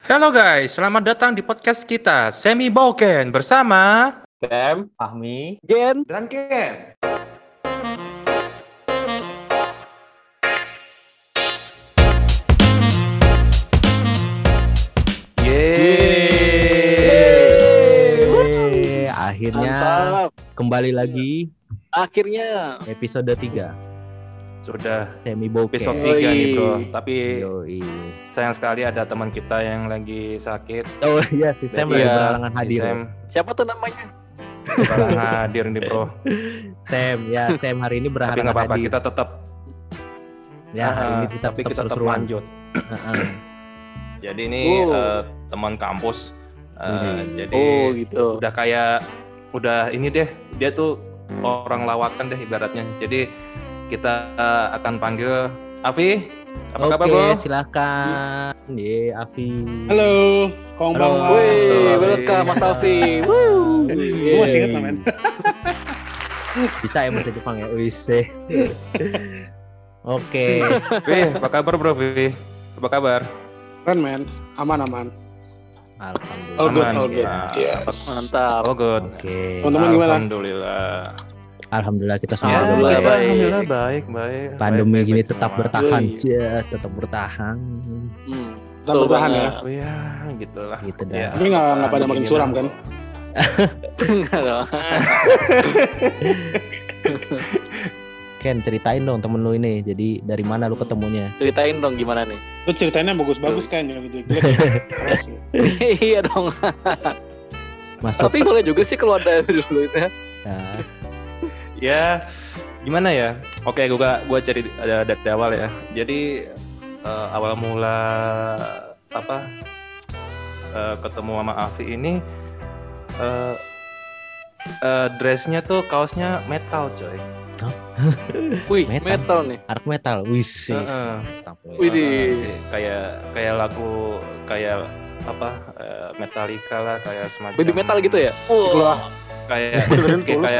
Halo guys, selamat datang di podcast kita Semi Boken bersama Sam, Fahmi, Gen, dan Ken. Yeay. Akhirnya mantap. kembali lagi Akhirnya episode 3 Sudah Semi Boken. episode 3 nih bro. Yoi. Tapi Yoi. sayang sekali ada teman kita yang lagi sakit. Oh iya, si Sam Jadi lagi ya, berhalangan si hadir. Sam siapa tuh namanya? berhalangan hadir nih bro. Sam hari ini Tapi berhalangan nggak apa-apa, hadir. kita tetap Hari ini kita tapi tetap kita tetap seru-seruan. lanjut. Heeh. Jadi ini teman kampus. Jadi Oh gitu. udah ini deh, dia tuh orang lawakan deh ibaratnya. Jadi kita akan panggil Afi. Apa kabar bro? Oke, silakan. Afi. Halo, konbanwa. Wih, Halo, welcome Mas Alfi. Gue masih inget lah, men. Bisa ya bahasa Jepang ya? Wise. Oke. Wih, apa kabar bro? Wih, apa kabar? Keren, men. Aman. Alhamdulillah. All good, Aman, all good. ya. Yes. Mantap. Oh good. Oke. Teman-teman gimana? Alhamdulillah kita semua Alhamdulillah, baik. baik. Alhamdulillah baik. Pandemi Baik, gini baik tetap semua. bertahan, Yoi. tetap bertahan. Tetap bertahan ya. Oh ya, gitulah. Gitu dah. Ya, Tapi nggak pada makin gini suram lah. kan? Enggak dong. Ken, ceritain dong temen lu ini. Jadi dari mana lu ketemunya? Ceritain dong gimana nih? Lu ceritainnya bagus-bagus kan, jangan jelek-jelek ya. Terus, ya. Iya dong. Masuk. Tapi boleh juga sih kalau ada dulu itu. Nah, Ya, gimana ya? Oke, gua cari dari awal ya. Jadi awal mula ketemu sama Afi ini dressnya tuh kaosnya metal coy. Wih, Metal. metal nih. Ark metal. Wih sih. Heeh. Mantap, wih. Widih. Kayak lagu kayak Metallica lah, kayak semacam Widih metal gitu ya? Itulah. kayak Dengerin Tulus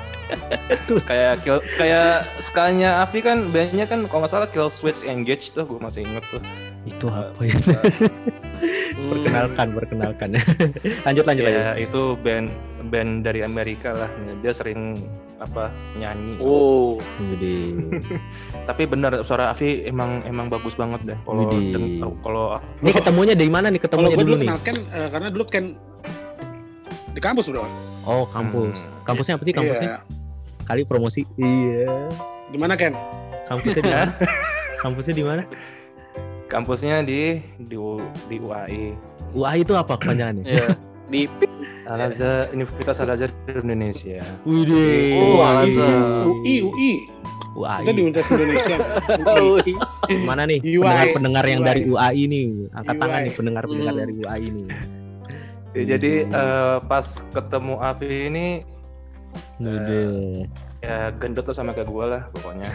kayak skanya Afi kan bandnya kan kalau nggak salah Kill Switch Engage tuh, gue masih inget tuh. Itu apa ya? Perkenalkan. lanjut. Ya itu band dari Amerika lah, dia sering nyanyi. Oh, Jadi Tapi bener suara Afi emang bagus banget deh. Widih. Kalau ini ketemunya dari mana nih? Kalau Ketemunya gue dulu dulu nih. kenal Ken, karena dulu Ken di kampus bro. Oh, kampus. Kampusnya apa sih kampusnya? Iya. Kali promosi. Iya. Di mana Ken? Kampusnya di mana? Kampusnya di mana? kampusnya di UAI. UAI itu apa kepanjangannya? iya. Di Al-Azhar, Universitas Al-Azhar Indonesia. Widih. Oh, Al-Azhar. UI. Kita di UAI. Universitas Indonesia. Oh, Mana nih UI. pendengar yang UI. dari UAI nih? Angkat tangan UI. nih pendengar dari UI nih. Ya, jadi pas ketemu Afi ini Widih. ya gendut tuh sama kayak gue lah pokoknya.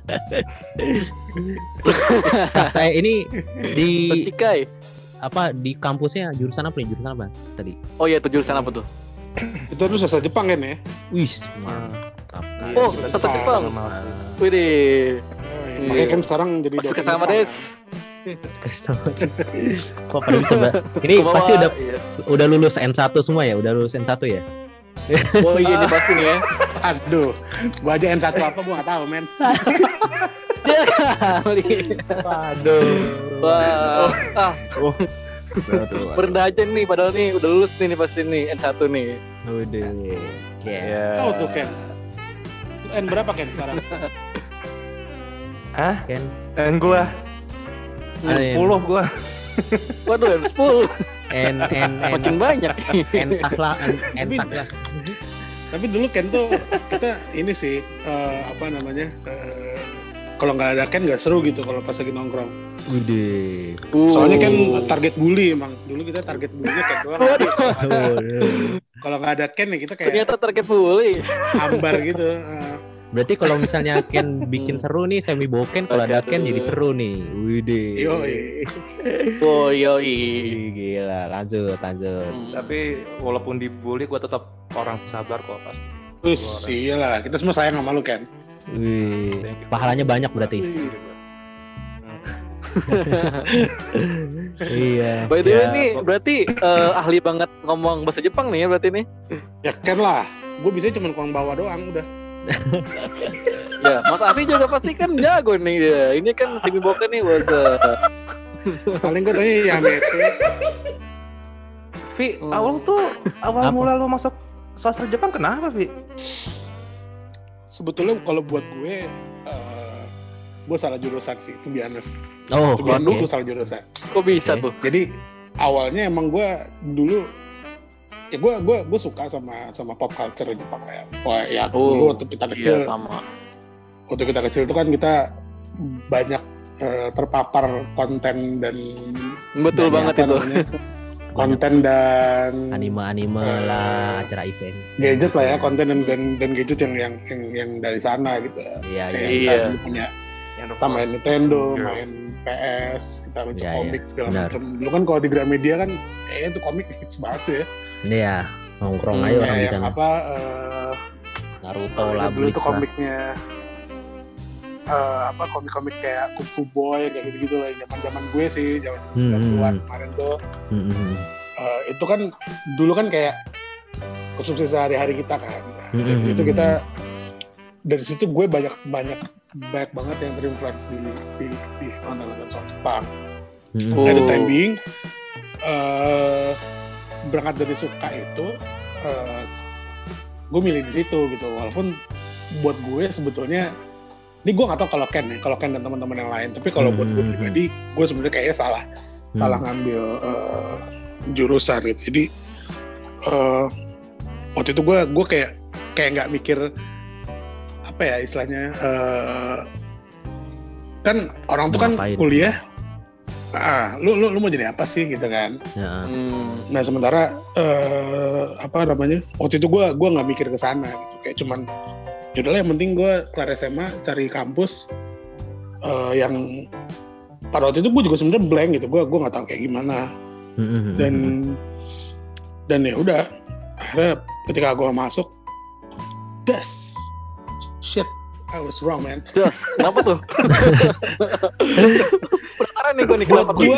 Ini di Cikai. di kampusnya jurusan apa nih? Jurusan apa tadi? Oh iya, itu jurusan apa tuh? Itu dulu sastra Jepang kan ya? Wih, mantap. Iya, Oh, kita satu juga Jepang. sama Afi. Widih. Oh, makanya kan sekarang jadi Masuk dosen ke sama Jepang, Des. Kok pada bisa, Mbak? Ini Kebawa, pasti iya. udah lulus N1 semua ya? Udah lulus N1 ya? Oh iya, ini pasti nih ya. kan. Aduh, gua aja N1 apa gua nggak tahu men. Ya kali. Aduh. Wah, Aduh. merendah aja nih, padahal nih udah lulus nih pasti nih N1 nih. Udah. Ya. Tahu tuh Ken. Lu N berapa Ken sekarang? Hah? Ken. Dan gua N. 10 gua. Waduh, N10. Makin banyak. Entah lah. Tapi dulu Ken tuh kita ini sih kalau nggak ada Ken nggak seru gitu kalau pas lagi nongkrong. Udah. Soalnya kan target bully emang. Dulu kita target bully Ken doang. Kalau nggak ada Ken ya kita kayak Ternyata target bully. hambar gitu. Berarti kalau misalnya Ken bikin seru nih Semi Boken, kalau ada Ken jadi seru nih. Widih. Yoi. Oh yoi. Ih, gila, lanjut. Tapi walaupun dibully gua tetap orang sabar kok pasti. Wih, iyalah. Kita semua sayang sama lu Ken. Wih, pahalanya banyak berarti. Iya. By the way Ya, nih berarti ahli banget ngomong bahasa Jepang nih ya berarti nih. Ya Ken lah. Gue bisa cuma kurang bawa doang udah. Ya, Mas Afi juga pasti kan jago nih dia. Ini kan Semi Boken nih Paling gue tanya Yamete. Vi, awal Apa? mula lo masuk sastra Jepang kenapa, Vi? Sebetulnya kalau buat gue salah jurusan sih, to be honest. Oh, To be honest, oke. gue salah jurusan. Kok bisa Oke. tuh? Jadi awalnya emang gue dulu ya gue suka sama pop culture Jepang lah ya. Wah, ya dulu waktu kita kecil, Iya, sama. waktu kita kecil itu kan kita banyak terpapar konten dan Betul dan banget apa itu. namanya, konten dan Anime lah, acara event. gadget lah ya, konten dan gadget yang dari sana gitu. Iya, Kayak iya. Iya. kita dulu punya kita main Nintendo, Yes. main PS, kita baca Iya, komik segala benar. macam. Dulu kan kalau di Gramedia kan itu komik hits banget tuh ya. Iya, nongkrong aja orang di Kayak yang sana. apa Naruto lah, dulu Bleach tuh lah. komiknya komik-komik kayak Kung Fu Boy kayak gitu-gitu lah, zaman gue sih, zaman 90-an kemarin tuh. Itu kan dulu kan kayak konsumsi sehari-hari kita kan. Nah, dari situ dari situ gue banyak banget yang terinfluence di konten-konten soal Jepang. Oh. At the time being, berangkat dari suka itu, gue milih di situ gitu. Walaupun buat gue sebetulnya, ini gue nggak tahu kalau Ken dan teman-teman yang lain. Tapi kalau buat gue pribadi, gue sebenarnya kayaknya salah ngambil jurusan gitu. Jadi waktu itu gue kayak nggak mikir apa ya istilahnya. Kan orang tuh kan Ngapain? kuliah. Lu mau jadi apa sih gitu kan? Ya. Nah sementara waktu itu gue nggak mikir ke sana gitu, kayak cuman yaudahlah yang penting gue kelar SMA cari kampus yang pada waktu itu gue juga sebenarnya blank gitu, gue nggak tahu kayak gimana dan ya udah akhirnya ketika gue masuk shit I was wrong man. Just, kenapa tuh? Penasaran nih gue nih Buat kenapa gue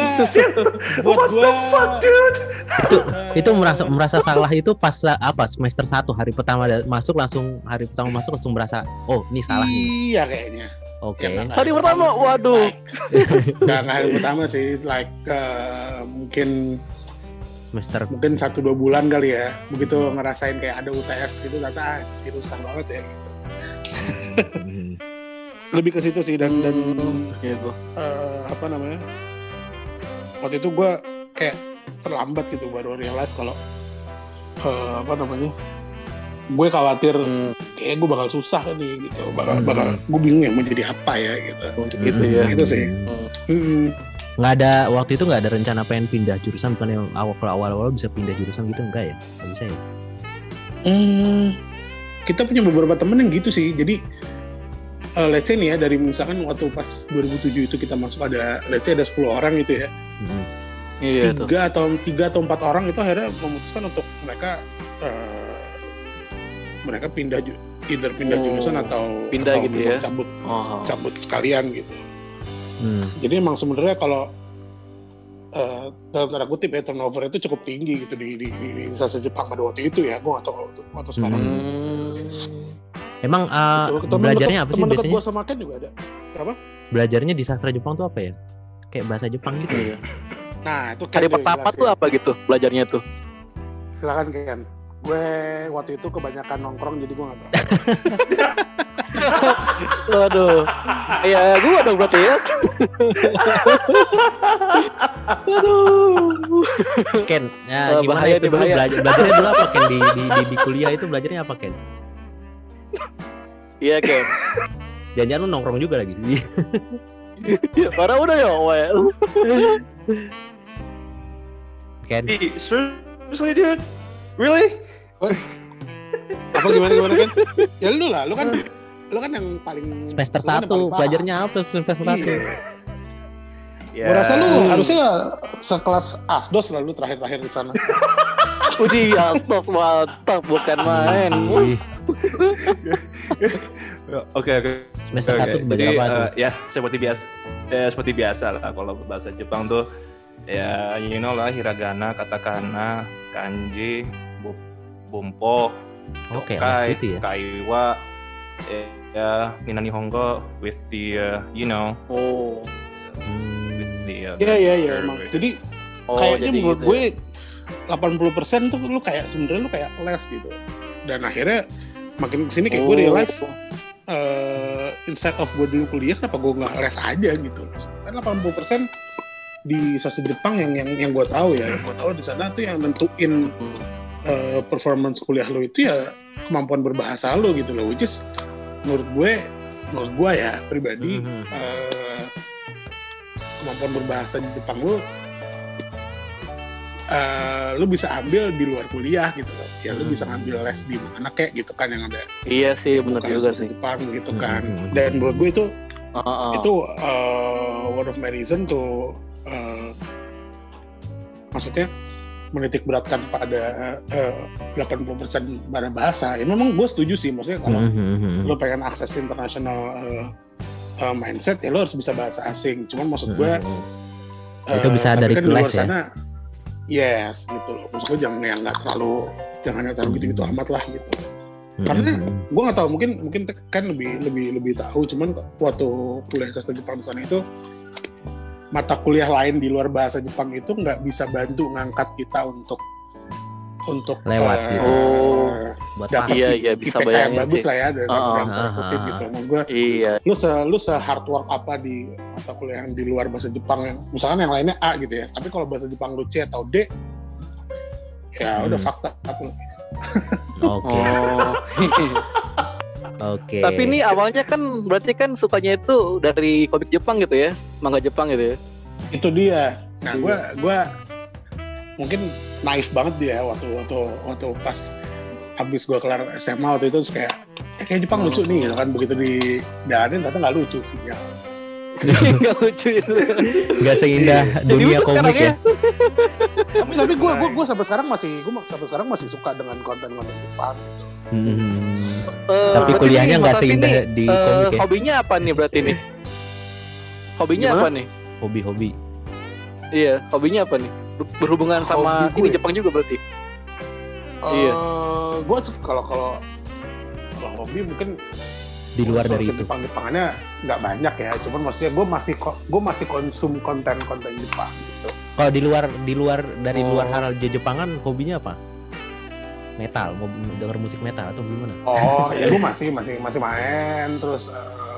Itu merasa salah itu pas semester 1 hari pertama masuk langsung merasa oh ini salah nih. Iya kayaknya. Oke. Ya, nggak Hari pertama, sih. waduh. Nggak hari pertama sih, mungkin Semester 1-2 bulan kali ya, begitu ngerasain kayak ada UTS itu ternyata jurusan banget ya gitu. Lebih ke situ sih dan Gitu. waktu itu gue kayak terlambat gitu baru realize kalau gue khawatir kayak gue bakal susah nih gitu, bakal gue bingung ya mau jadi apa ya gitu. Gitu ya. Gitu sih. nggak ada waktu itu nggak ada rencana pengen pindah jurusan, bukan yang awal bisa pindah jurusan gitu enggak ya? Nggak bisa ya? Kita punya beberapa temen yang gitu sih. Jadi let's say nih ya, dari misalkan waktu pas 2007 itu kita masuk ada let's say ada 10 orang gitu ya. Iya tuh. 3 atau 4 orang itu akhirnya memutuskan untuk mereka pindah jurusan atau pindah gitu ya. cabut sekalian gitu. Jadi emang sebenarnya kalau dalam tanda kutip ya turnover itu cukup tinggi gitu di sastra Jepang pada waktu itu ya. Gue nggak tahu waktu sekarang. Emang belajarnya apa sih temen dekat biasanya? gue sama Ken juga ada. Kenapa? Belajarnya di sastra Jepang tuh apa ya? Kayak bahasa Jepang gitu ya? Nah itu Ken Hari juga pertama jelasin. tuh apa gitu belajarnya tuh? Silakan Ken. Gue waktu itu kebanyakan nongkrong jadi gue nggak tahu. Waduh. Ya gue dong berarti ya. Aduh. Ken, ya gimana Bahaya itu nih, dulu bahaya. belajarnya dulu apa Ken di kuliah itu belajarnya apa Ken? Iya Ken. Jangan-jangan lu nongkrong juga lagi. Parah udah ya, well. Ken, Seriously dude? Really? Apa gimana Ken? Ya lu kan yang paling semester lu kan 1 yang paling paham. belajarnya apa semester 1? Iya. Ya. Gue rasa lu harusnya sekelas Asdos lalu terakhir-terakhir di sana. Uji astos mantap bukan main. Oke. Semester 1 belajar apa tuh? Ya seperti biasa lah kalau bahasa Jepang tuh ya you know lah, hiragana, katakana, kanji, bumpo, yokai, gitu ya? kaiwa, ya Nina Nihongo with the with the Iya emang. Jadi kayaknya jadi menurut gitu gue 80% tuh lu kayak sebenarnya lu kayak les gitu. Dan akhirnya makin kesini kayak gue realize instead of gue dulu kuliah kenapa gue nggak les aja gitu. Kan 80% di sastra Jepang yang gue tahu ya, yang gue tahu di sana tuh yang nentuin performance kuliah lo itu ya kemampuan berbahasa lo gitu loh, which is menurut gue ya pribadi kemampuan berbahasa di Jepang lo bisa ambil di luar kuliah gitu loh. Ya lo bisa ngambil les di mana kayak gitu kan yang ada. Iya sih, benar juga sih. Jepang gitu kan. Dan menurut gue itu one of my reason to maksudnya menitik beratkan pada 80% pada bahasa. Ya memang gue setuju sih, maksudnya kalau lo pengen akses internasional mindset ya lo harus bisa bahasa asing. Cuman maksud gue itu bisa dari kan kelas ya. Sana, yes gitu loh. Maksud gue jangan yang nggak terlalu gitu-gitu amat lah gitu. Karena gue nggak tahu, mungkin kan lebih tahu. Cuman waktu kuliah sastra Jepang di sana itu mata kuliah lain di luar bahasa Jepang itu nggak bisa bantu ngangkat kita untuk lewat gitu. Iya bisa bayangin bagus sih. lah ya dari dalam kutip gitu. Menurut gue, lu se hard work apa di mata kuliah yang di luar bahasa Jepang yang misalkan yang lainnya A gitu ya, tapi kalau bahasa Jepang lu C atau D, ya udah fakta lu. Oke. Tapi ini awalnya kan berarti kan sukanya itu dari komik Jepang gitu ya, manga Jepang gitu ya. Itu dia. Nah, gue mungkin naif banget dia waktu pas habis gue kelar SMA waktu itu, terus kayak Jepang lucu nih, kan begitu dijalanin ternyata nggak lucu sih ya. Nggak lucu itu. Nggak seindah dunia komik ya. Tapi gue sampai sekarang masih suka dengan konten Jepang gitu. Tapi kuliahnya nggak seindah di komik ya. Hobinya apa nih berarti nih? Hobinya Gimana? apa nih? Hobi. Iya, hobinya apa nih? Berhubungan sama ini Jepang juga berarti? Iya. Gue kalau hobi mungkin di luar dari itu. Jepang-Jepangannya nggak banyak ya. Cuman maksudnya gue masih konsum konten Jepang gitu. Kalau di luar dari luar hal Jepangan, hobinya apa? Metal, mau denger musik metal atau gimana? Oh, ya gue masih main, terus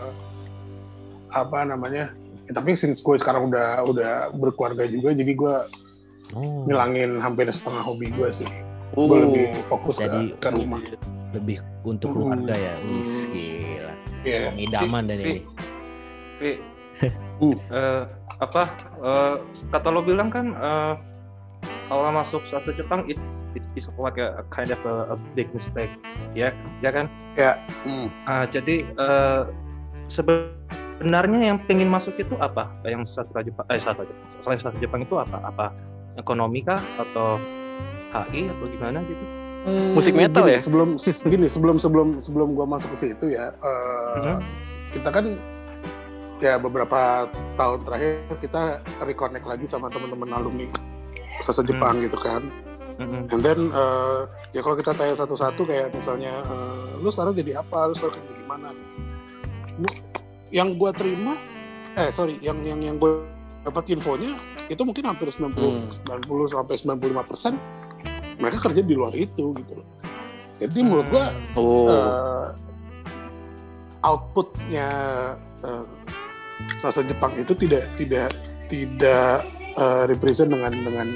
apa namanya? Ya, tapi since gue sekarang udah berkeluarga juga, jadi gue ngilangin hampir setengah hobi gue sih. Gue lebih fokus ke rumah. Lebih untuk keluarga ya. Wis gila. Yeah. Idaman dan ini. Kata lo bilang kan awal masuk sastra Jepang it's like a kind of a big mistake, ya kan? Ya. Jadi sebenarnya yang pengen masuk itu apa? Yang sastra Jepang itu apa? Apa ekonomi kah atau HI atau gimana gitu? Musik metal ya? Sebelum gua masuk ke situ ya, kita kan ya beberapa tahun terakhir kita reconnect lagi sama teman-teman alumni sastra Jepang gitu kan. And then ya kalau kita tanya satu-satu kayak misalnya lu sekarang jadi apa, lu sekarang kerja di mana gitu. Yang gue terima yang gue dapat infonya itu mungkin hampir 90 sampai 95% mereka kerja di luar itu gitu loh. Jadi menurut gue outputnya sastra Jepang itu tidak represent dengan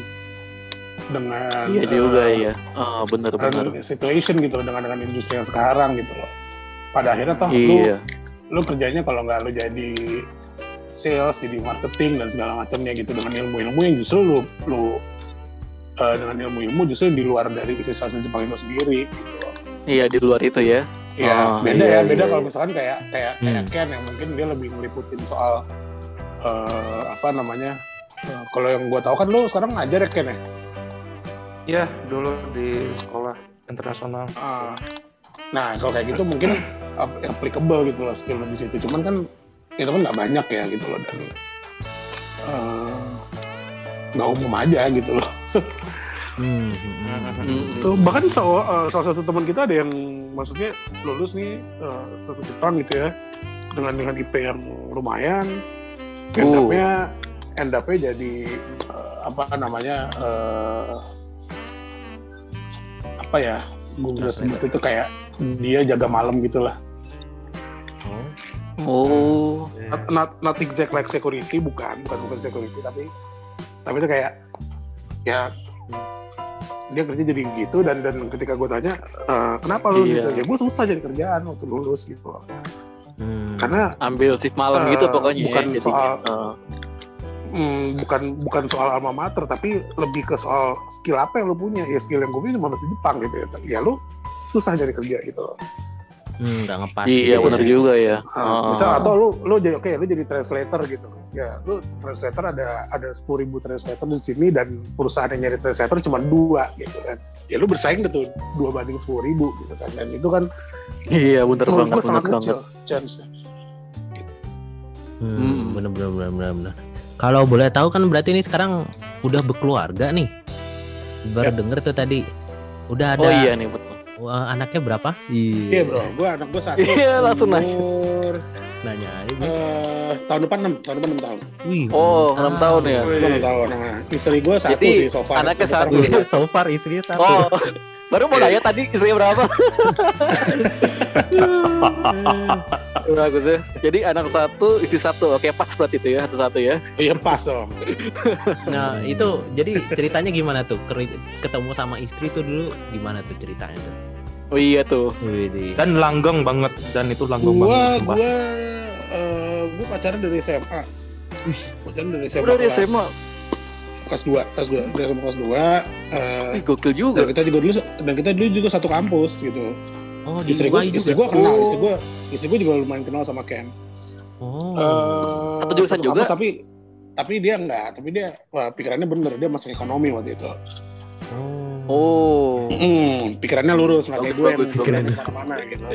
iya juga ya. Benar. Situation gitu loh, dengan industri yang sekarang gitu loh. Pada akhirnya toh lu kerjanya kalau nggak lu jadi sales, jadi marketing dan segala macamnya gitu, dengan ilmu-ilmu yang justru lu dengan ilmu-ilmu justru di luar dari sastra Jepang itu sendiri gitu loh. Iya, di luar itu ya. Iya, beda kalau misalkan kayak Ken yang mungkin dia lebih ngeliputin soal kalau yang gue tahu kan lo sekarang ngajar ya Ken ya? Iya, dulu di sekolah internasional. Nah kalau kayak gitu mungkin applicable gitu loh skill di situ. Cuman kan itu kan nggak banyak ya gitu loh, dan nggak umum aja gitu loh. Tuh, bahkan salah satu teman kita ada yang maksudnya lulus nih satu Jepang gitu ya dengan IP yang lumayan, end up-nya jadi gue bisa sebut itu kayak dia jaga malam gitulah. Not exact like security, bukan security, tapi itu kayak ya dia kerja jadi gitu, dan ketika gue tanya kenapa lu gitu, ya gue susah jadi kerjaan waktu lulus gitu loh. Karena ambil shift malam gitu pokoknya bukan ya, soal bukan soal alma mater, tapi lebih ke soal skill apa yang lu punya. Ya skill yang gue punya cuma bahasa Jepang gitu ya lu susah cari kerja gitu loh. Nggak ngepas. Iya gitu benar juga ya. Misal atau lu jadi lu jadi translator gitu. Ya lu translator ada 10.000 translator di sini, dan perusahaan yang nyari translator cuma 2 gitu kan. Ya lu bersaing tuh 2 banding 10.000 gitu kan. Dan itu kan iya benar banget, gue sangat kecil chance-nya. Bener. Kalau boleh tahu kan berarti ini sekarang udah berkeluarga nih. Baru denger tuh tadi. Udah ada. Oh iya nih betul. Anaknya berapa? Iya bro, anak gue 1. Iya langsung nanya. Nanya aja. Tahun depan 6 tahun. Wih, 6 tahun ya. Gue 6 tahun. Nah, istri gue 1 sih so far. Anaknya 1. So far istrinya 1. Oh, baru mau nanya tadi istrinya berapa? Bagus ya. Jadi anak 1, istri 1. Oke, pas berarti itu ya, satu ya. Iya pas dong. Nah itu jadi ceritanya gimana tuh? Ketemu sama istri tuh dulu gimana tuh ceritanya tuh? Oh iya tuh. Dan langgeng banget, dan itu langgeng banget. Gue pacaran dari SMA. Pacaran dari SMA. Udah dari SMA. Kelas 2. Dari SMA kelas 2. Gokil juga. Dan kita dulu juga satu kampus gitu. Oh, istri gue kenal. Istri gue juga lumayan kenal sama Ken. Satu jurusan juga. Kampus, tapi dia enggak. Tapi dia pikirannya bener. Dia masuk ekonomi waktu itu. Pikirannya lurus, nggak kayak gue yang pikirannya kemana-mana gitu.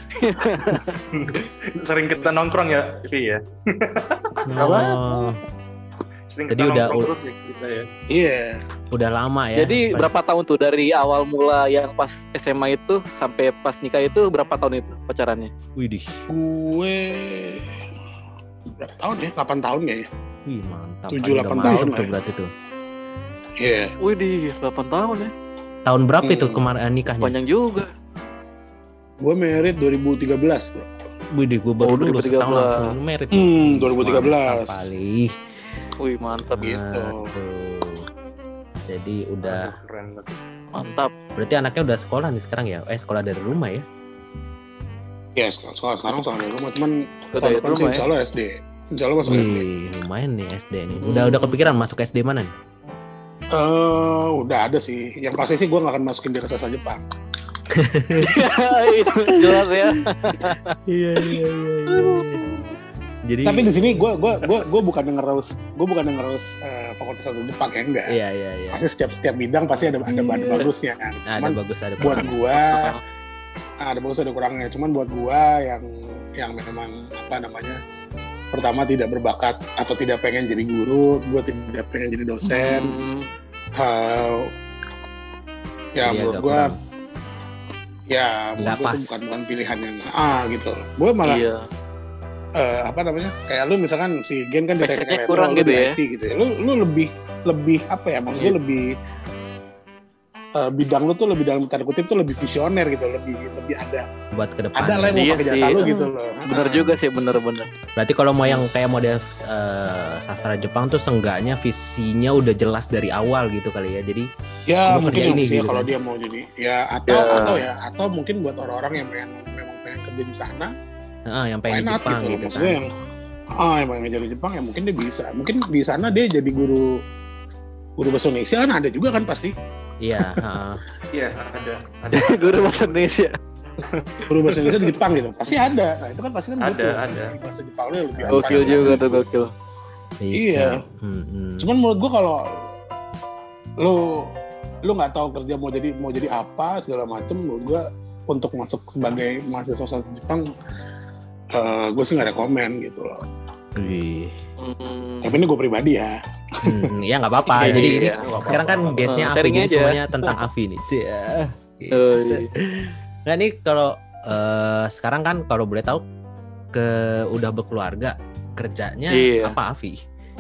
Sering kita nongkrong ya, Vi ya. Apa? Jadi udah terus ya kita ya. Iya. Udah lama ya. Jadi berapa tahun tuh dari awal mula yang pas SMA itu sampai pas nikah itu berapa tahun itu pacarannya? Widih. Gue berapa tahun ya? 8 tahun ya. Wih mantap. 7-8 tahun tuh berarti tuh. Iya. Widih, 8 tahun ya. Tahun berapa itu kemarin nikahnya? Panjang juga. Gue married 2013, bro. Widih, gue baru lulus setahun langsung married. 2013. Mantap kali. Wih, mantap gitu. Jadi udah keren banget. Mantap. Berarti anaknya udah sekolah nih sekarang ya? Sekolah dari rumah ya? Ya, sekarang dari rumah, cuman Tahun depan sih insya Allah SD. Insya Allah masuk SD. Lumayan nih SD nih. Udah kepikiran masuk SD mana nih? Udah ada sih. Yang pasti sih gue nggak akan masukin di raksasa Jepang. Itu jelas ya. Iya. Jadi. Tapi di sini gue bukan ngerus fakultas sastra Jepang ya, enggak. Iya. Pasti setiap bidang pasti ada bagusnya kan. Ada bagus ada kurang. Buat gue ada bagus ada kurangnya. Cuman buat gue yang memang pertama tidak berbakat atau tidak pengen jadi guru, gue tidak pengen jadi dosen. Menurut gue itu bukan pilihan yang gitu. Gue malah kayak lu misalkan si Gen kan di teknik kurang gitu ya. IT gitu ya. Lu lebih maksud gue lebih bidang lu tuh lebih dalam tanda kutip tuh lebih visioner gitu, lebih ada buat ke depan. Ada lah yang mau pakai jasa lu gitu loh. Bener juga sih, bener. Berarti kalau mau yang kayak model sastra Jepang tuh seenggaknya visinya udah jelas dari awal gitu kali ya. Jadi ya mungkin ini gitu gitu kalau dia mau jadi atau mungkin buat orang-orang yang memang pengen kerja di sana. Yang pengen di Jepang gitu kan. Yang pengen jadi Jepang ya mungkin dia bisa. Mungkin di sana dia jadi guru bahasa Indonesia kan ada juga kan pasti. Iya, Iya, ada. Guru bahasa Indonesia. Guru bahasa Indonesia di Jepang gitu. Pasti ada. Nah, itu kan pasti kan ada. Bahasa Jepangnya lebih gokil juga tuh, gokil. Iya. Cuman menurut gua kalau lu nggak tahu kerja mau jadi apa segala macem, menurut gua untuk masuk sebagai mahasiswa sastra Jepang, gue sih nggak ada komen gitu loh. Wih. Tapi ini gue pribadi ya. Ya nggak apa-apa. Iya, Jadi iya, ini iya. sekarang kan base-nya Avi, Sharing jadi aja. semuanya tentang Avi nih. Gitu. Iya. Nah ini kalau sekarang kan kalau boleh tahu udah berkeluarga, kerjanya Iya. apa Avi?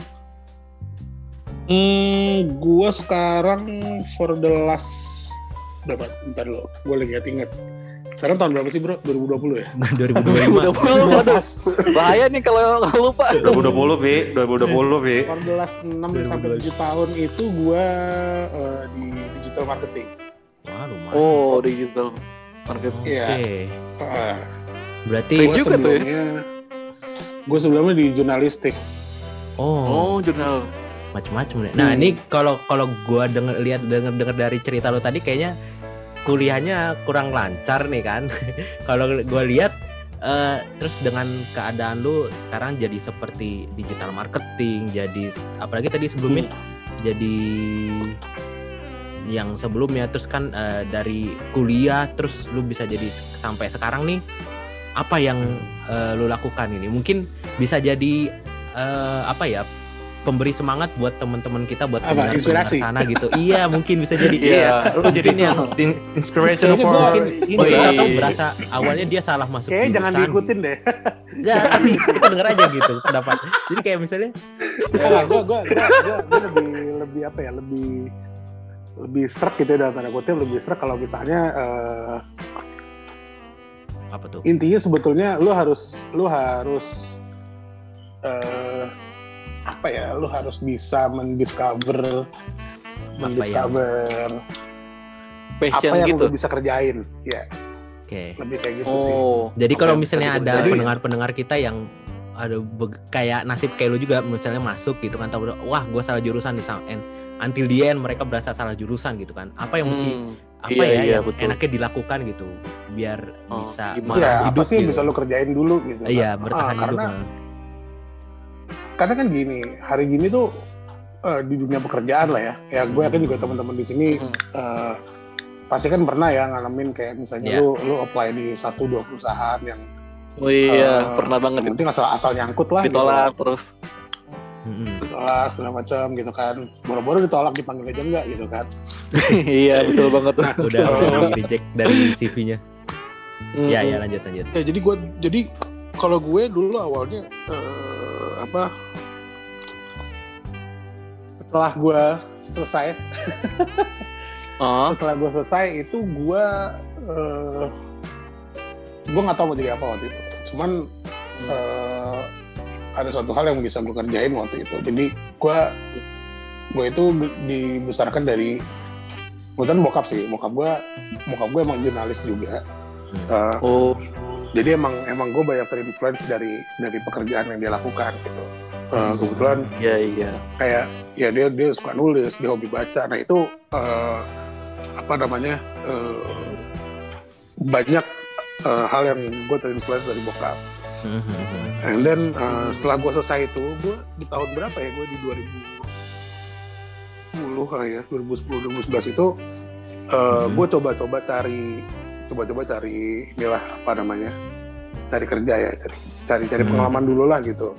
Gue sekarang for the last berapa? Bentar lo, gue lagi inget. Sekarang tahun berapa sih bro? 2020 ya? 2025. Waduh, bahaya nih kalau lupa. 2020 Vi. For the last 6 sampai 7 tahun itu gue di digital marketing. Wah lumayan. Oh, digital marketing. Iya. Oke. Berarti Keren juga tuh ya. Gue sebelumnya di jurnalistik. Oh, jurnal. macam-macam deh. Nah ini kalau gue dengar dari cerita lo tadi kayaknya kuliahnya kurang lancar nih kan. Kalau gue lihat terus dengan keadaan lu sekarang jadi seperti digital marketing, jadi apalagi tadi sebelumnya jadi yang sebelumnya, terus kan dari kuliah terus lu bisa jadi sampai sekarang nih, apa yang lu lakukan ini mungkin bisa jadi apa ya, pemberi semangat buat teman-teman kita, buat pendengar sana gitu. Iya mungkin bisa jadi. Iya, lu jadi yang inspiration Kayaknya for mungkin kita tahu iya. berasa awalnya dia salah masuk Kayaknya jangan jurusan diikutin gitu. deh. Ya, tapi kita denger aja gitu pendapat. Jadi kayak misalnya gue lebih apa ya, lebih serak gitu ya, dalam tanda kutip lebih serak kalau misalnya apa tuh? intinya sebetulnya lu harus apa ya, lu harus bisa mendiscover Passion apa yang gitu. lu bisa kerjain ya. Oke. Lebih kayak gitu sih. Jadi kalau Oke, misalnya betul. ada Jadi- pendengar-pendengar kita yang ada kayak nasib kayak lu juga, misalnya masuk gitu kan, tahu wah gue salah jurusan di until the end mereka berasa salah jurusan gitu kan. Apa yang mesti yang betul. enaknya dilakukan gitu biar bisa gimana? Ya, bertahan apa hidup sih yang gitu. bisa lu kerjain dulu gitu. Iya, kan. bertahan hidup. Karena kan gini, hari gini tuh di dunia pekerjaan lah ya. Ya gue yakin juga teman-teman di sini pasti kan pernah ya ngalamin kayak misalnya lu apply di 1-2 perusahaan yang Oh iya, pernah banget yang penting asal nyangkut lah ditolak gitu. terus. Ditolak segala macam gitu kan. Boro-boro ditolak, dipanggil aja enggak gitu kan. Iya, betul banget tuh. Udah di reject dari CV-nya. Ya lanjut. Ya jadi kalau gue dulu awalnya setelah gue selesai itu gue nggak tahu mau jadi apa waktu itu. Cuman ada suatu hal yang bisa gue kerjain waktu itu. Jadi gue itu dibesarkan dari kebetulan bokap gue emang jurnalis juga. Jadi emang gue banyak terinfluence dari pekerjaan yang dia lakukan gitu. Kebetulan Iya. kayak ya dia suka nulis, dia hobi baca. Nah itu banyak hal yang gue terinfluence dari bokap. And then setelah gue selesai itu, gue di tahun berapa ya, gue di 2010 kali ya, 2010-2011 itu gue coba-coba cari inilah cari kerja ya, cari pengalaman dulu lah gitu.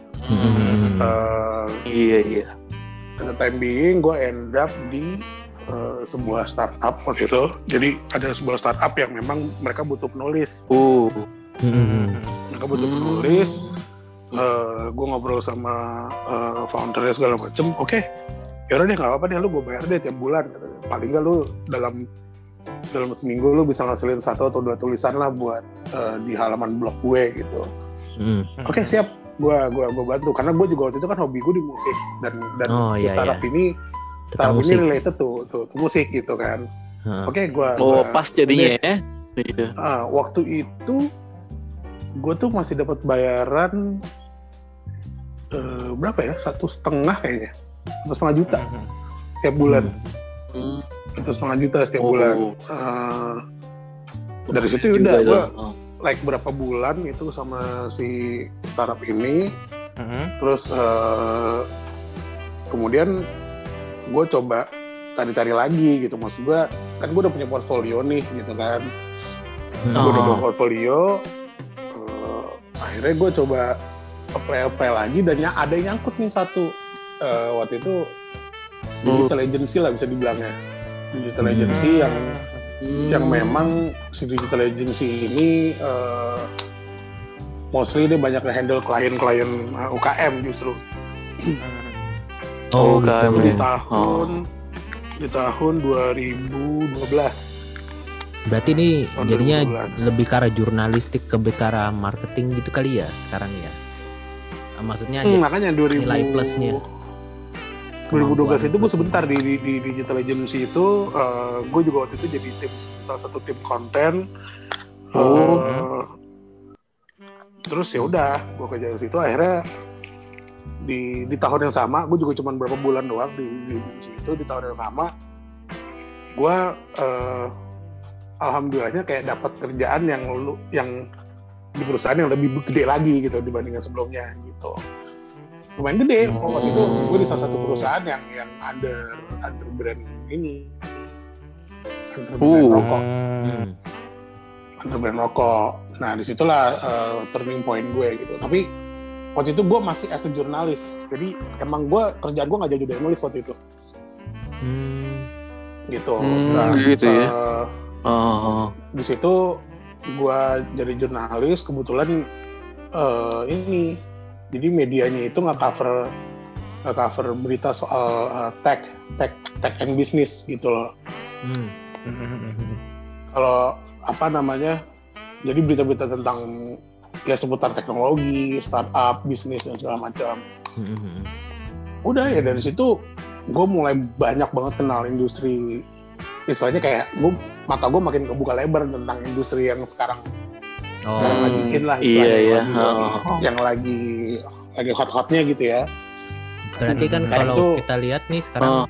Iya. At the time being gue end up di sebuah startup waktu itu. Jadi ada sebuah startup yang memang mereka butuh penulis. Mereka butuh penulis. Gue ngobrol sama foundernya segala macem. Oke, yaudah deh, nggak apa-apa deh, lu gue bayar deh tiap bulan. Paling nggak lu dalam seminggu lu bisa ngasilin 1 atau 2 tulisan lah buat di halaman blog gue gitu. Oke, siap. Gue bantu karena gue juga waktu itu kan hobi gue di musik dan startup ini related to musik gitu kan. Oke, gue pas jadinya ya. Waktu itu gue tuh masih dapat bayaran berapa ya, 1,5 kayaknya, 1,5 juta tiap bulan. 1,5 juta setiap bulan. Dari situ udah gue berapa bulan itu sama si startup ini. Terus kemudian gue coba cari-cari lagi gitu. Maksud gue kan gue udah punya portfolio nih gitu kan. Gue udah buat portfolio, akhirnya gue coba apply lagi dan ada yang nyangkut nih satu. Waktu itu digital agency lah bisa dibilangnya. Digital agency yang memang si digital agency ini mostly dia banyak handle klien-klien UKM justru. UKM Di tahun 2012. Berarti ini jadinya lebih ke arah jurnalistik, ke arah marketing gitu kali ya sekarang ya. Maksudnya makanya nilai plusnya. 2012 itu gue sebentar di digital agency itu, gue juga waktu itu jadi salah satu tim konten. Terus ya udah, gue kerja di situ. Akhirnya di tahun yang sama, gue juga cuma berapa bulan doang di agency itu. Di tahun yang sama, gue alhamdulillahnya kayak dapat kerjaan yang di perusahaan yang lebih gede lagi gitu dibandingkan sebelumnya gitu. Lumayan gede. Waktu itu gue di salah satu perusahaan yang under brand ini, under brand rokok. Under brand rokok. Nah disitulah turning point gue gitu. Tapi waktu itu gue masih as a jurnalis. Jadi emang kerjaan gue nggak jauh dari nulis waktu itu. Gitu. Nah, gitu ya. Di situ gue jadi jurnalis. Kebetulan ini. Jadi medianya itu nggak cover berita soal tech and business gitu loh. Kalau apa namanya, jadi berita-berita tentang ya seputar teknologi, startup, bisnis dan segala macam. Udah ya dari situ gue mulai banyak banget kenal industri. Istilahnya kayak mata gue makin kebuka lebar tentang industri yang sekarang lagi in lah, yang lagi hot-hotnya gitu ya. Berarti kan kalau kita lihat nih sekarang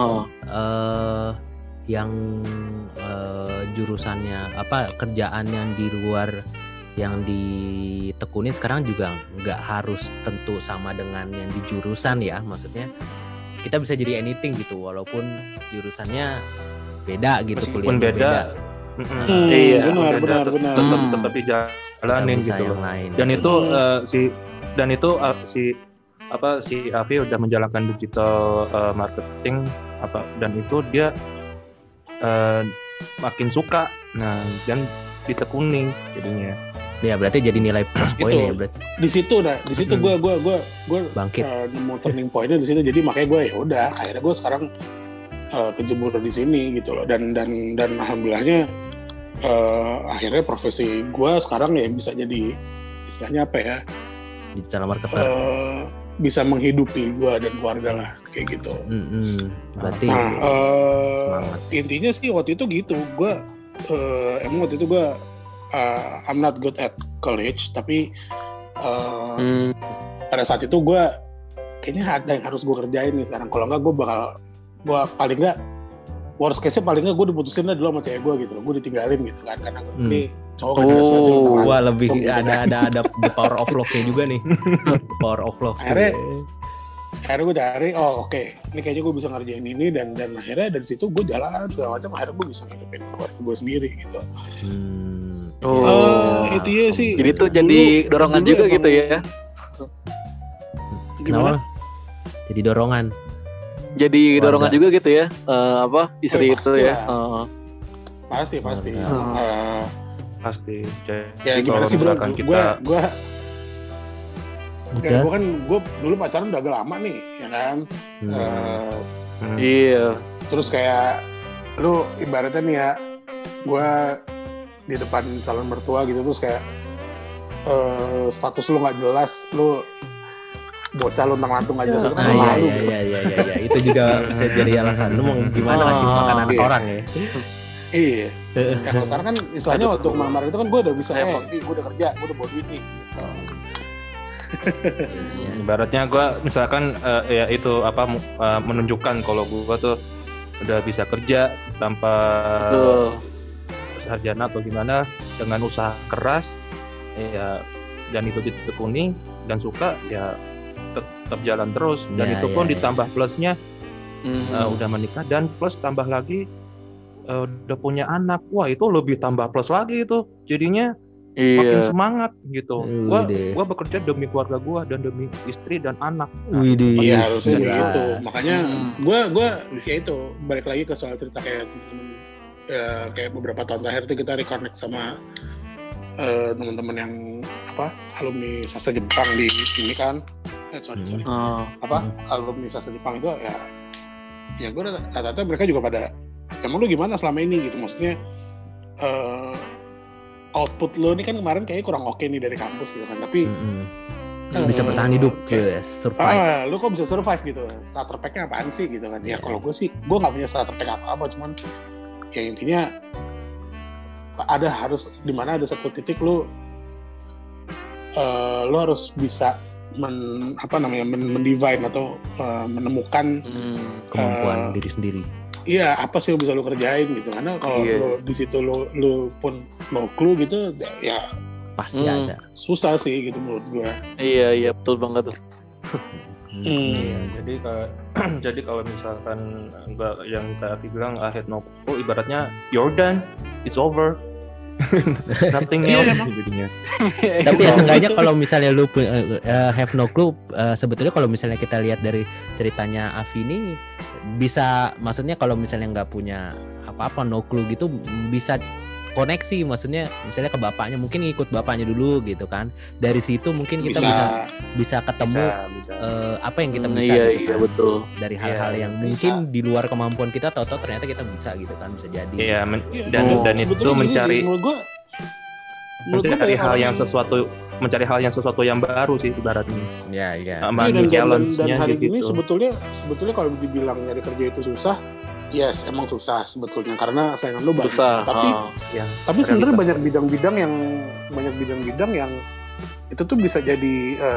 yang jurusannya kerjaan yang di luar yang ditekunin sekarang juga nggak harus tentu sama dengan yang di jurusan ya. Maksudnya kita bisa jadi anything gitu walaupun jurusannya beda gitu, kuliahnya beda. Iya, benar. Tetap dijalanin gitu loh. Dan itu si Avi udah menjalankan digital marketing dan itu dia makin suka. Nah, dan ditekuni jadinya. Ya berarti jadi nilai plus poin ya berarti. Di situ gue bangkit. Nemu turning pointnya di situ. Jadi makanya gue ya udah. Akhirnya gue sekarang kejebur di sini gitu loh. Dan alhamdulillahnya akhirnya profesi gue sekarang ya bisa jadi istilahnya apa ya? Digital marketer. Bisa menghidupi gue dan keluarga lah kayak gitu. Berarti. Intinya sih waktu itu gitu. Gue emang waktu itu gue I'm not good at college, tapi pada saat itu gue kayaknya ada yang harus gue kerjain nih sekarang. Kalau enggak gue paling enggak worst case-nya paling enggak gue diputusin lah dulu sama cewek gue gitu loh. Gue ditinggalin gitu kan karena ini cowok kan jelas wah lebih ada the power of love-nya juga nih. Power of love. Akhirnya gue cari, oke, ini kayaknya gue bisa ngerjain ini dan akhirnya dari situ gue jalan segala macam, akhirnya gue bisa ngidupin keluarga gue sendiri gitu. Itu ya sih. Jadi itu jadi dorongan juga gitu ya? Gimana? Jadi dorongan. Jadi dorongan juga gitu ya? Istri itu ya? Pasti. Pasti. Ya gimana sih bro? Gue kan dulu pacaran udah agak lama nih, ya kan? Iya. Terus kayak lu ibaratnya nih ya, gue di depan calon mertua gitu terus kayak status lu nggak jelas, lu bocah lontang-lantung aja jelas. Iya. Itu juga bisa jadi alasan. Lu mau gimana ngasih makan anak orang ya? Iya. Kalau sekarang kan istilahnya waktu melamar itu kan gue udah bisa, gue udah kerja, gue udah bawa duit nih. Ibaratnya gue misalkan ya itu menunjukkan kalau gue tuh udah bisa kerja tanpa sarjana atau gimana, dengan usaha keras ya, dan itu ditekuni dan suka ya tetap jalan terus dan itu pun ditambah plusnya udah menikah dan plus tambah lagi udah punya anak, wah itu lebih tambah plus lagi itu. Jadinya Iya. makin semangat gitu. Widih. Gua bekerja demi keluarga gua dan demi istri dan anak. Widih. Iya harusnya gila. begitu. Makanya Hmm. gue ya itu balik lagi ke soal cerita kayak temen-temen, kayak beberapa tahun terakhir tuh kita reconnect sama teman-teman yang alumni sastra Jepang di sini kan. Sorry. Oh. Alumni sastra Jepang itu ya gue rata-rata mereka juga pada emang lu gimana selama ini gitu, maksudnya output lo ini kan kemarin kayaknya kurang oke nih dari kampus gitu kan, tapi Bisa bertahan hidup, kayak, survive. lu kok bisa survive gitu, starter pack-nya apaan sih gitu kan. Ya kalau gue nggak punya starter pack apa-apa, cuman ya intinya harus di mana ada satu titik lu harus bisa mendivine atau menemukan Kemampuan diri sendiri. iya apa sih yang bisa lu kerjain gitu, karena kalau lu di situ lu pun no clue gitu ya Pasti ada. susah sih gitu menurut gua. Iya betul banget tuh. Iya. Jadi kalau misalkan yang Kak Afi bilang I had no clue, ibaratnya you're done, it's over. Nothing else jadinya. Tapi ya seenggaknya kalau misalnya lu have no clue, sebetulnya kalau misalnya kita lihat dari ceritanya Afi ini bisa, maksudnya kalau misalnya nggak punya apa-apa no clue gitu bisa koneksi, maksudnya misalnya ke bapaknya, mungkin ngikut bapaknya dulu gitu kan, dari situ mungkin kita bisa ketemu bisa. apa yang kita bisa Iya gitu kan. betul. Dari hal-hal yang bisa. mungkin di luar kemampuan kita, tahu-tahu ternyata kita bisa gitu kan, bisa jadi. Iya, dan itu sebetulnya mencari gini sih, menurut gua mencari hal yang orang sesuatu yang baru sih ibaratnya. Iya. Sama dan challenge-nya hari di ini situ. sebetulnya kalau dibilang nyari kerja itu susah, yes emang susah sebetulnya karena saingan lu banyak. Susah. Tapi sebenarnya banyak bidang-bidang yang itu tuh bisa jadi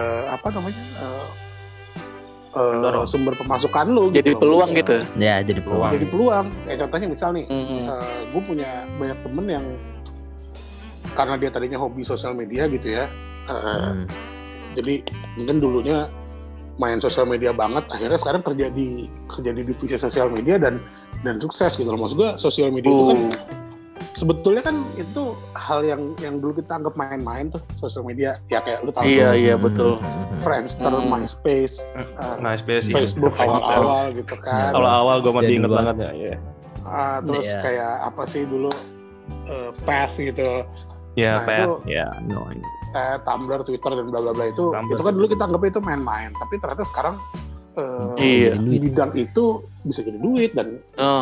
sumber pemasukan lu. Jadi gitu peluang loh. gitu. Ya, jadi peluang. Jadi peluang. Kayak contohnya misal nih, Mm-mm. gue punya banyak temen yang karena dia tadinya hobi sosial media gitu ya. Jadi mungkin dulunya main sosial media banget, akhirnya sekarang kerja di divisi sosial media dan sukses gitu loh. Maksud gue sosial media itu kan sebetulnya kan itu hal yang dulu kita anggap main-main tuh, sosial media ya kayak lu tahu Iya betul. Friendster, MySpace, MySpace, Facebook awal-awal gitu kan. Awal-awal gue masih Jadi inget gua- banget ya. Terus Iya. kayak apa sih dulu Path gitu. Ya, Nah, Path, itu- ya, no. Tumblr, Twitter dan bla bla bla itu Tumblr. kan dulu kita anggap itu main-main, tapi ternyata sekarang Iya. di bidang itu bisa jadi duit dan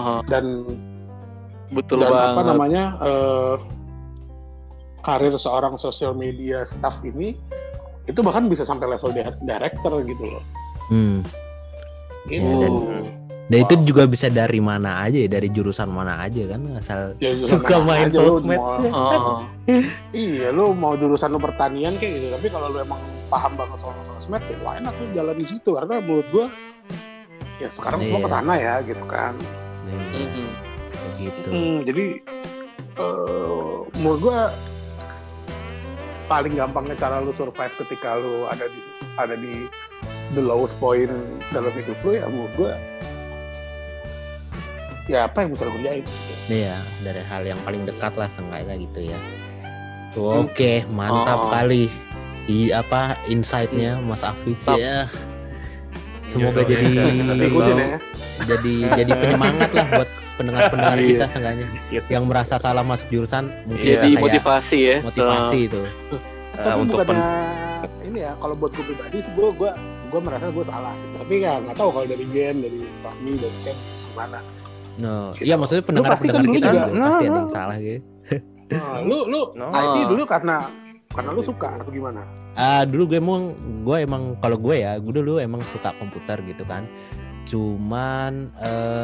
Betul dan banget. apa namanya karir seorang social media staff ini itu bahkan bisa sampai level director gitu loh. Gitu. Dan itu juga bisa dari mana aja ya, dari jurusan mana aja kan, asal Ya, jurusan suka mana main aja, lu sosmed. Iya, lu mau jurusan lu pertanian kayak gitu, tapi kalau lu emang paham banget soal sosmed, ya why not lu jalan di situ, karena menurut gua ya sekarang semua kesana ya gitu kan. Gitu. Jadi menurut gua paling gampangnya cara lu survive ketika lu ada di the lowest point dalam hidup lu ya menurut gua ya apa yang bisa lu kerjain. Iya, dari hal yang paling dekat lah seenggaknya gitu ya. Tuh, oke, mantap kali. Insight-nya Mas Afif ya. Semoga jadi ikutin ya. jadi penyemangat lah buat pendengar-pendengar kita seenggaknya yang merasa salah masuk jurusan, mungkin bisa Jadi kayak motivasi ya. motivasi itu. Tapi untuk bukannya ini ya, kalau buat gue pribadi sih gue merasa gue salah gitu. Tapi ya nggak tahu kalau dari Gen, dari Fahmi, dari Ken gimana. No, Gitu. iya maksudnya pasti kan pendengar-pendengar dulu kita juga- pasti ada yang salah gitu. Lu IT dulu karena lu suka atau gimana? Dulu gue emang kalau gue dulu emang suka komputer gitu kan. Cuman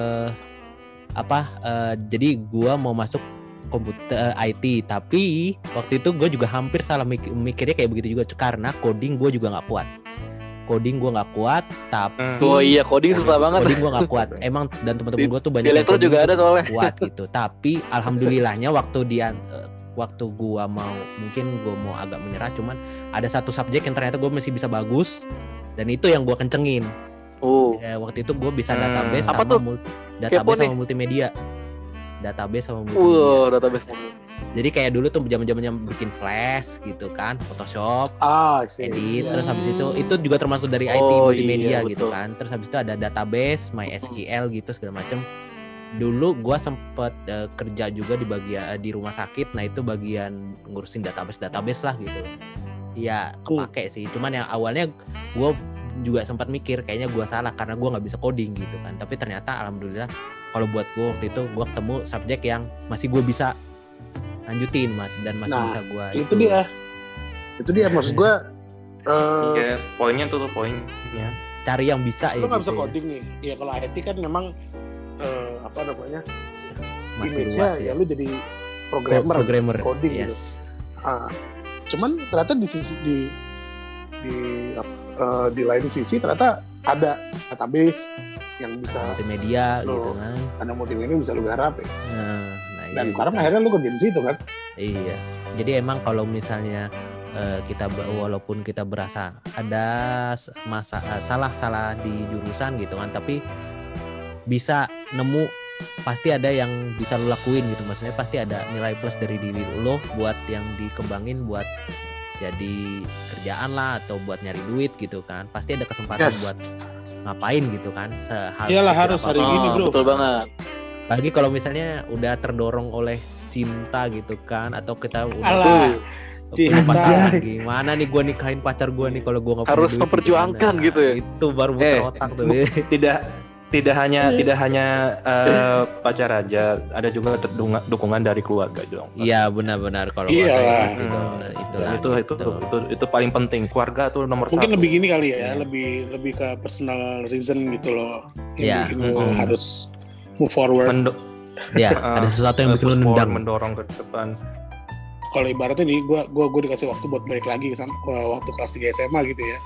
jadi gue mau masuk komputer IT, tapi waktu itu gue juga hampir salah mikirnya kayak begitu juga karena coding gue juga nggak kuat. Coding gue nggak kuat, tapi Oh iya, coding susah banget. coding gue nggak kuat. Emang dan teman-teman gue tuh banyak Di elektro yang coding juga ada tuh soalnya. kuat gitu. Tapi alhamdulillahnya waktu gue mau agak menyerah, cuman ada satu subjek yang ternyata gue masih bisa bagus dan itu yang gue kencengin. Oh. Waktu itu gue bisa database Apa sama tuh? database Kepo sama multimedia. database sama multimedia. Database. Jadi kayak dulu tuh zaman-zamannya bikin flash gitu kan, Photoshop, edit, terus habis itu juga termasuk dari IT multimedia gitu kan. Terus habis itu ada database, MySQL gitu segala macam. Dulu gua sempet kerja juga di bagian di rumah sakit, nah itu bagian ngurusin database lah gitu. Ya kepake sih, cuman yang awalnya gua juga sempat mikir kayaknya gua salah karena gua nggak bisa coding gitu kan. Tapi ternyata alhamdulillah kalau buat gua waktu itu gua ketemu subjek yang masih gua bisa lanjutin dan masih bisa gua itu dia maksud gua poinnya tuh poinnya cari yang bisa lu nggak gitu bisa coding nih ya. Kalau IT kan memang apa namanya masih image-nya luas ya lu jadi programmer coding gitu. Cuman ternyata di lain sisi ternyata ada database yang bisa multimedia gitu kan. Ada multimedia yang bisa lu garap ya. Dan iya, sekarang akhirnya lu kerja di situ kan. Iya. Jadi emang kalau misalnya kita walaupun kita berasa ada salah di jurusan gitu kan, tapi bisa nemu pasti ada yang bisa lo lakuin gitu. Maksudnya pasti ada nilai plus dari diri lo buat yang dikembangin buat jadi kerjaan lah atau buat nyari duit gitu kan. Pasti ada kesempatan buat ngapain gitu kan. Iyalah harus hari ini bro. Betul banget. Lagi kalau misalnya udah terdorong oleh cinta gitu kan, atau kita udah punya pasangan, gimana nih gue nikahin pacar gue nih kalau gue nggak harus memperjuangkan gitu ya. Itu baru muter otak tuh. Tidak hanya pacar aja, ada juga dukungan dari keluarga dong. Iya benar-benar kalau itu paling penting. Keluarga tuh nomor mungkin 1. Lebih gini kali ya, lebih ke personal reason gitu loh. Yang bikin lo harus move forward. Ada sesuatu yang bikin lu nendang, mendorong ke depan. Kalau ibaratnya nih, gue dikasih waktu buat balik lagi kan, waktu kelas 3 SMA gitu ya.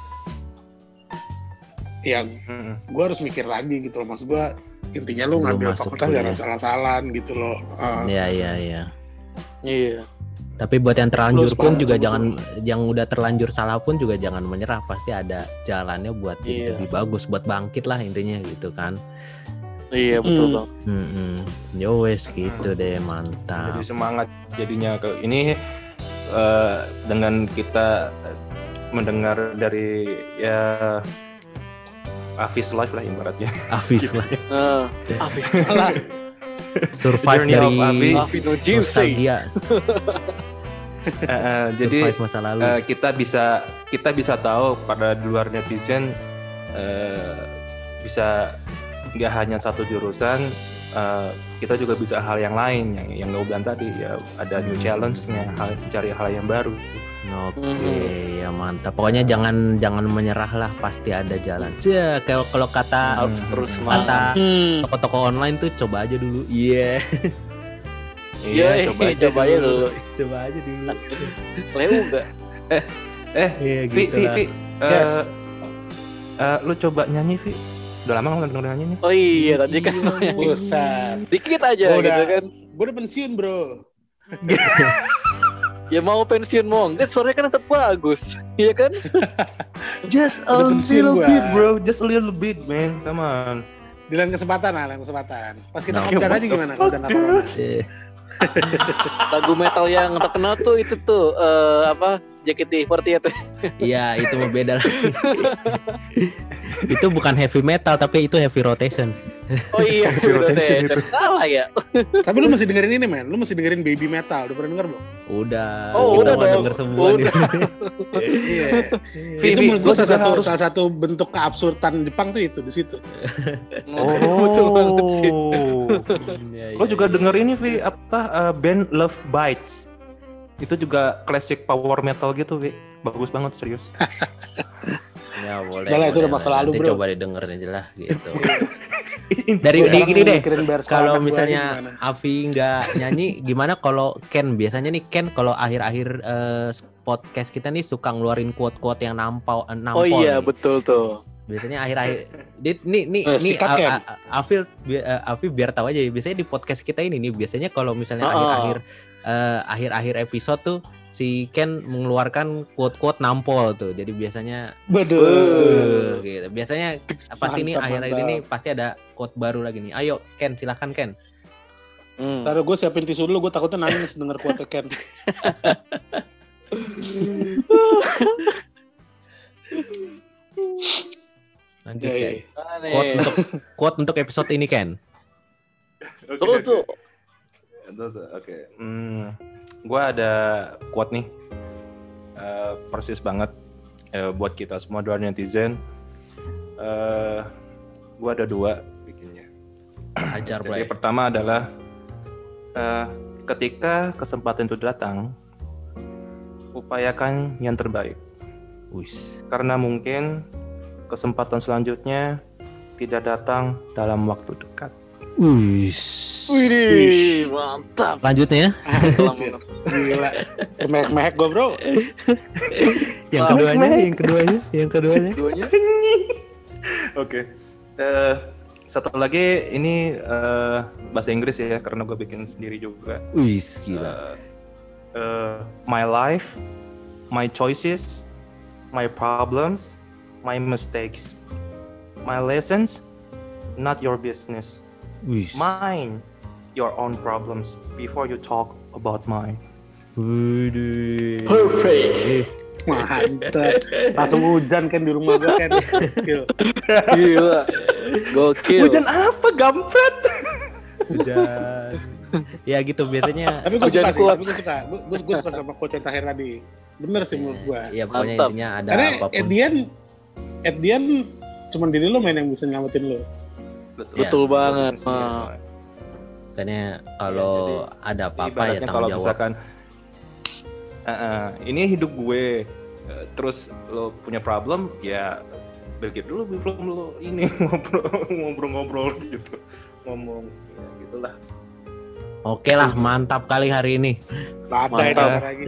Yang gue harus mikir lagi gitu loh. Maksud gue intinya lu ngambil fakultas jangan salah-salahan gitu loh. Iya. Tapi buat yang terlanjur pun juga jangan, yang udah terlanjur salah pun juga jangan menyerah. Pasti ada jalannya buat jadi lebih bagus, buat bangkit lah intinya gitu kan. Iya betul bang. Yowes gitu deh, mantap. Jadi semangat jadinya ke ini dengan kita mendengar dari ya Hafiz Live lah ibaratnya. Hafiz lah. Hafiz. Survive dari nostalgia. Jadi masa lalu. kita bisa tahu pada luar netizen bisa nggak hanya satu jurusan, kita juga bisa hal yang lain yang gue bilang tadi ya, ada new challenge-nya, cari hal yang baru. Oke, ya mantap. Pokoknya jangan menyerah lah, pasti ada jalan. Ya, kalau kata toko-toko online tuh coba aja dulu. Iya. Iya, coba aja dulu. Coba aja dulu. Leu enggak? Vi. Lu coba nyanyi, Vi. Udah lama nggak denger nyanyi nih. Oh iya, tadi kan Buset. Dikit aja gitu kan. Gue udah pensiun bro. Ya mau pensiun mau enggak, suaranya kan tetap bagus. Iya kan? Just a little bit bro, just a little bit man, come on. Di lain kesempatan. Pas kita ngobrol aja gimana kalau udah nggak corona. Lagu metal yang terkenal tuh itu tuh JKT48. Iya, itu mah beda lah. Itu bukan heavy metal tapi itu heavy rotation. Oh iya, heavy rotation. Salah ya. Tapi lu masih dengerin ini men, lu masih dengerin baby metal, udah pernah denger belum? Udah. Oh, udah dong. Denger semua nih. Iya. Itu menurut gua salah satu bentuk keabsurdan Jepang tuh itu di situ. Betul banget sih. Lo juga denger ini Vi, band Love Bites. Itu juga klasik power metal gitu, Vi. Bagus banget, serius. Ya boleh. Itu udah masa lalu, bro. Coba didengerin aja lah gitu. Dari gini deh. Kalau misalnya Avi nggak nyanyi, gimana kalau Ken? Biasanya nih Ken kalau akhir-akhir podcast kita nih suka ngeluarin quote-quote yang nampol. Oh iya, nih. Betul tuh. Biasanya akhir-akhir nih Avi biar tahu aja ya. Biasanya di podcast kita ini nih biasanya kalau misalnya akhir-akhir episode tuh si Ken mengeluarkan quote-quote nampol tuh. Jadi biasanya gitu. Biasanya pasti nih akhir-akhir ini pasti ada quote baru lagi nih. Ayo Ken, silakan Ken. Ntar gue siapin tisu dulu, gue takutnya nangis denger quote Ken. Lanjut Ken. Quote untuk episode ini Ken. Oke. Gue ada quote nih. Persis banget buat kita semua dua netizen. Gue ada 2 bikinnya. Ajar Jadi play. pertama adalah ketika kesempatan itu datang, upayakan yang terbaik. Wis. Karena mungkin kesempatan selanjutnya tidak datang dalam waktu dekat. Wis. Wih, mantap. Lanjutnya Gila. Mehek-mehek gue bro. yang keduanya. Duanya. Oke. Satu lagi ini bahasa Inggris ya, karena gue bikin sendiri juga. Wis, gila. My life, my choices, my problems, my mistakes, my lessons, not your business. Wis. Mind your own problems before you talk about mine. Waduh. Perfect. Mantap. Langsung hujan kan di rumah gue kan. Gila. Gokil. Hujan apa, Gampret? Hujan. Ya gitu biasanya. Tapi gue Hujan suka sih, kuat. tapi gue suka sama coach yang terakhir tadi. Bener sih menurut gue. Ya pokoknya Mantap. intinya ada Karena apapun. at the end cuma diri lo main yang bisa nyelamatin lo. Betul banget. Makanya kalau ada apa-apa ya Ibaratnya kalau tanggung jawab. misalkan ini hidup gue, terus lo punya problem, ya berpikir dulu belum lo ini ngobrol gitu, ngomong, ya gitulah. Oke lah, mantap kali hari ini. Badai lagi.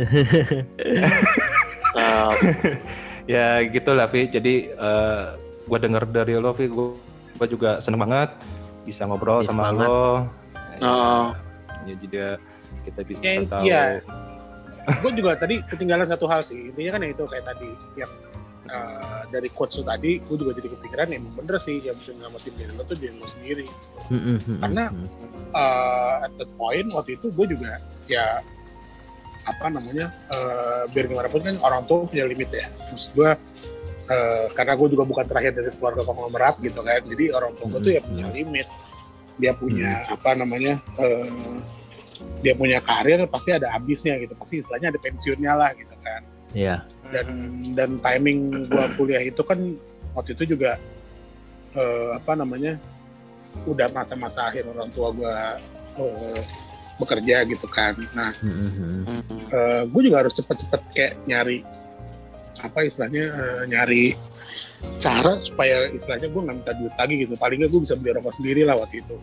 Ya gitulah Vi. Jadi gue denger dari lo Vi, gue juga seneng banget bisa ngobrol Ya, sama semangat. lo. Oh. Ya jadi kita bisa Ya, tahu. iya. Gue juga tadi ketinggalan satu hal sih. Intinya kan ya itu kayak tadi yang dari coach lo tadi, gue juga jadi kepikiran ya emang bener sih yang bisa nyelamatin diri lo tuh diri lo sendiri. Karena at that point waktu itu gue juga ya apa namanya biar gimana pun kan orang tua punya limit ya. Maksud gue karena gue juga bukan terakhir dari keluarga konglomerat gitu kan, jadi orang tua gue tuh ya punya limit. Dia punya apa namanya dia punya karir pasti ada habisnya gitu, pasti istilahnya ada pensiunnya lah gitu kan. Iya. Dan timing gua kuliah itu kan waktu itu juga apa namanya udah masa-masa akhir orang tua gua bekerja gitu kan. Nah gue juga harus cepet-cepet kayak nyari apa istilahnya nyari cara supaya istilahnya gue nggak minta duit lagi gitu, paling nggak gue bisa beli rokok sendiri lah waktu itu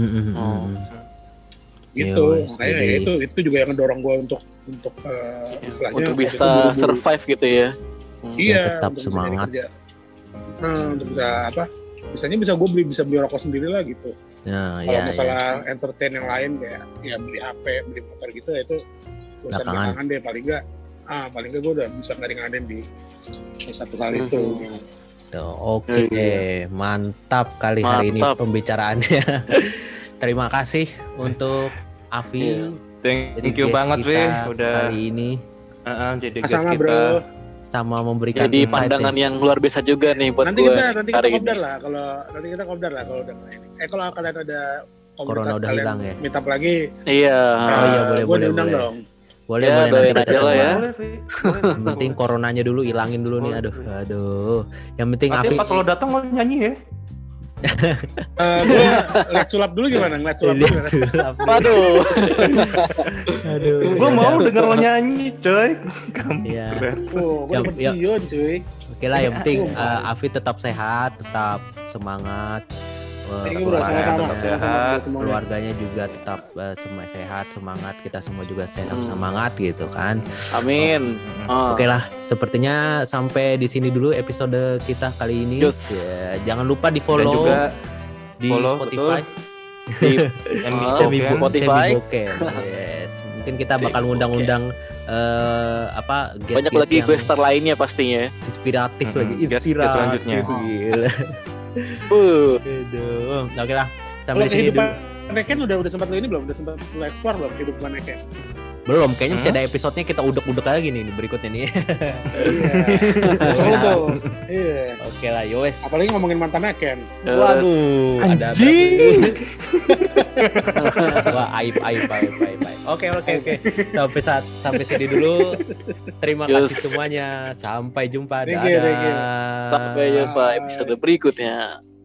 gitu. Makanya ya itu juga yang ngedorong gue untuk istilahnya untuk bisa survive gitu ya. Iya, tetap untuk semangat. bisa untuk bisa apa misalnya bisa beli rokok sendiri lah gitu. Nah, Kalau ya, masalah entertain yang lain kayak ya beli HP, beli motor gitu ya itu urusan belakangan deh, paling nggak gue udah bisa ngering-ngering di satu hal itu. Oke, mantap kali hari ini pembicaraannya. Terima kasih untuk Afi. Thank you banget Vi udah hari ini. Jadi guest kita. Bro. Sama memberikan jadi pandangan yang luar biasa juga nih buat nanti gue. Nanti kita kopdar lah kalau udah ini. Kalau kalian ada Corona udah hilang ya. Meet up lagi. Iya. Boleh. Dong. Boleh Ya, nanti kita aja lah ya. Yang penting coronanya dulu hilangin dulu nih. Aduh. Yang penting Nanti Afi pas lo datang lo nyanyi ya. Gue lihat sulap dulu gimana? Waduh. Gue mau denger lo nyanyi, coy. Iya. Gue pensiun, cuy. Oke lah, yang penting Afi tetap sehat, tetap semangat. Keluarganya juga tetap sehat, semangat. Kita semua juga semangat gitu kan. Amin. Oke lah, sepertinya sampai di sini dulu episode kita kali ini. Ya, jangan lupa di follow juga di Spotify. Di Spotify. Yes. Mungkin kita bakal ngundang-undang guest banyak lagi guest lainnya pastinya. Inspiratif lagi, guest selanjutnya. Gila. Oke lah, sampai Kalau sini dulu. Ken udah sempat lo ini belum? Udah sempat lo explore belum kehidupan Ken? Belum, kayaknya mesti ada episodenya kita udek-udek lagi nih berikutnya nih. Iya. Coba. Iya. Oke lah, yowes. Apalagi ngomongin mantannya Ken. Waduh, Anjing. Wah, aib. Oke. Sampai sini dulu. Terima kasih semuanya. Sampai jumpa. Thank you. Sampai jumpa episode berikutnya.